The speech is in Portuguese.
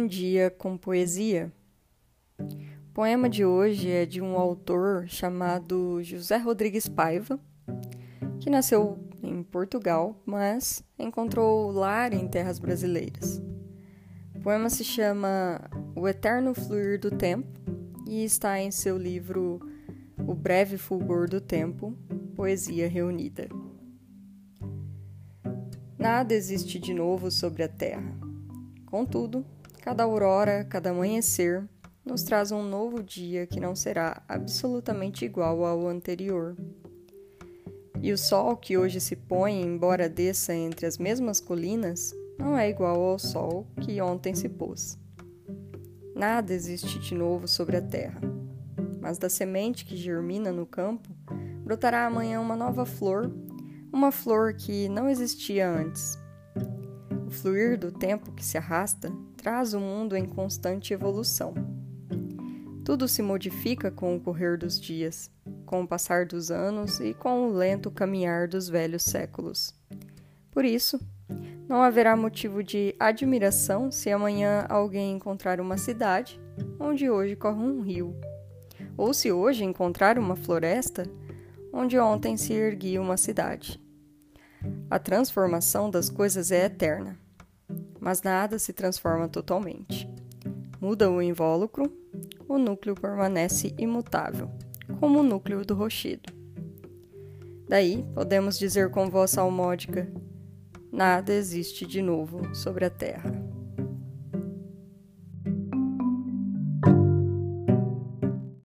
Um dia com poesia. O poema de hoje é de um autor chamado José Rodrigues Paiva, que nasceu em Portugal, mas encontrou lar em terras brasileiras. O poema se chama O Eterno Fluir do Tempo e está em seu livro O Breve Fulgor do Tempo, Poesia Reunida. Nada existe de novo sobre a terra. Contudo, cada aurora, cada amanhecer, nos traz um novo dia que não será absolutamente igual ao anterior. E o sol que hoje se põe, embora desça entre as mesmas colinas, não é igual ao sol que ontem se pôs. Nada existe de novo sobre a terra, mas da semente que germina no campo, brotará amanhã uma nova flor, uma flor que não existia antes. O fluir do tempo que se arrasta traz o mundo em constante evolução. Tudo se modifica com o correr dos dias, com o passar dos anos e com o lento caminhar dos velhos séculos. Por isso, não haverá motivo de admiração se amanhã alguém encontrar uma cidade onde hoje corre um rio, ou se hoje encontrar uma floresta onde ontem se erguia uma cidade. A transformação das coisas é eterna, mas nada se transforma totalmente. Muda o invólucro, o núcleo permanece imutável, como o núcleo do rochedo. Daí, podemos dizer com voz salmódica: nada existe de novo sobre a terra.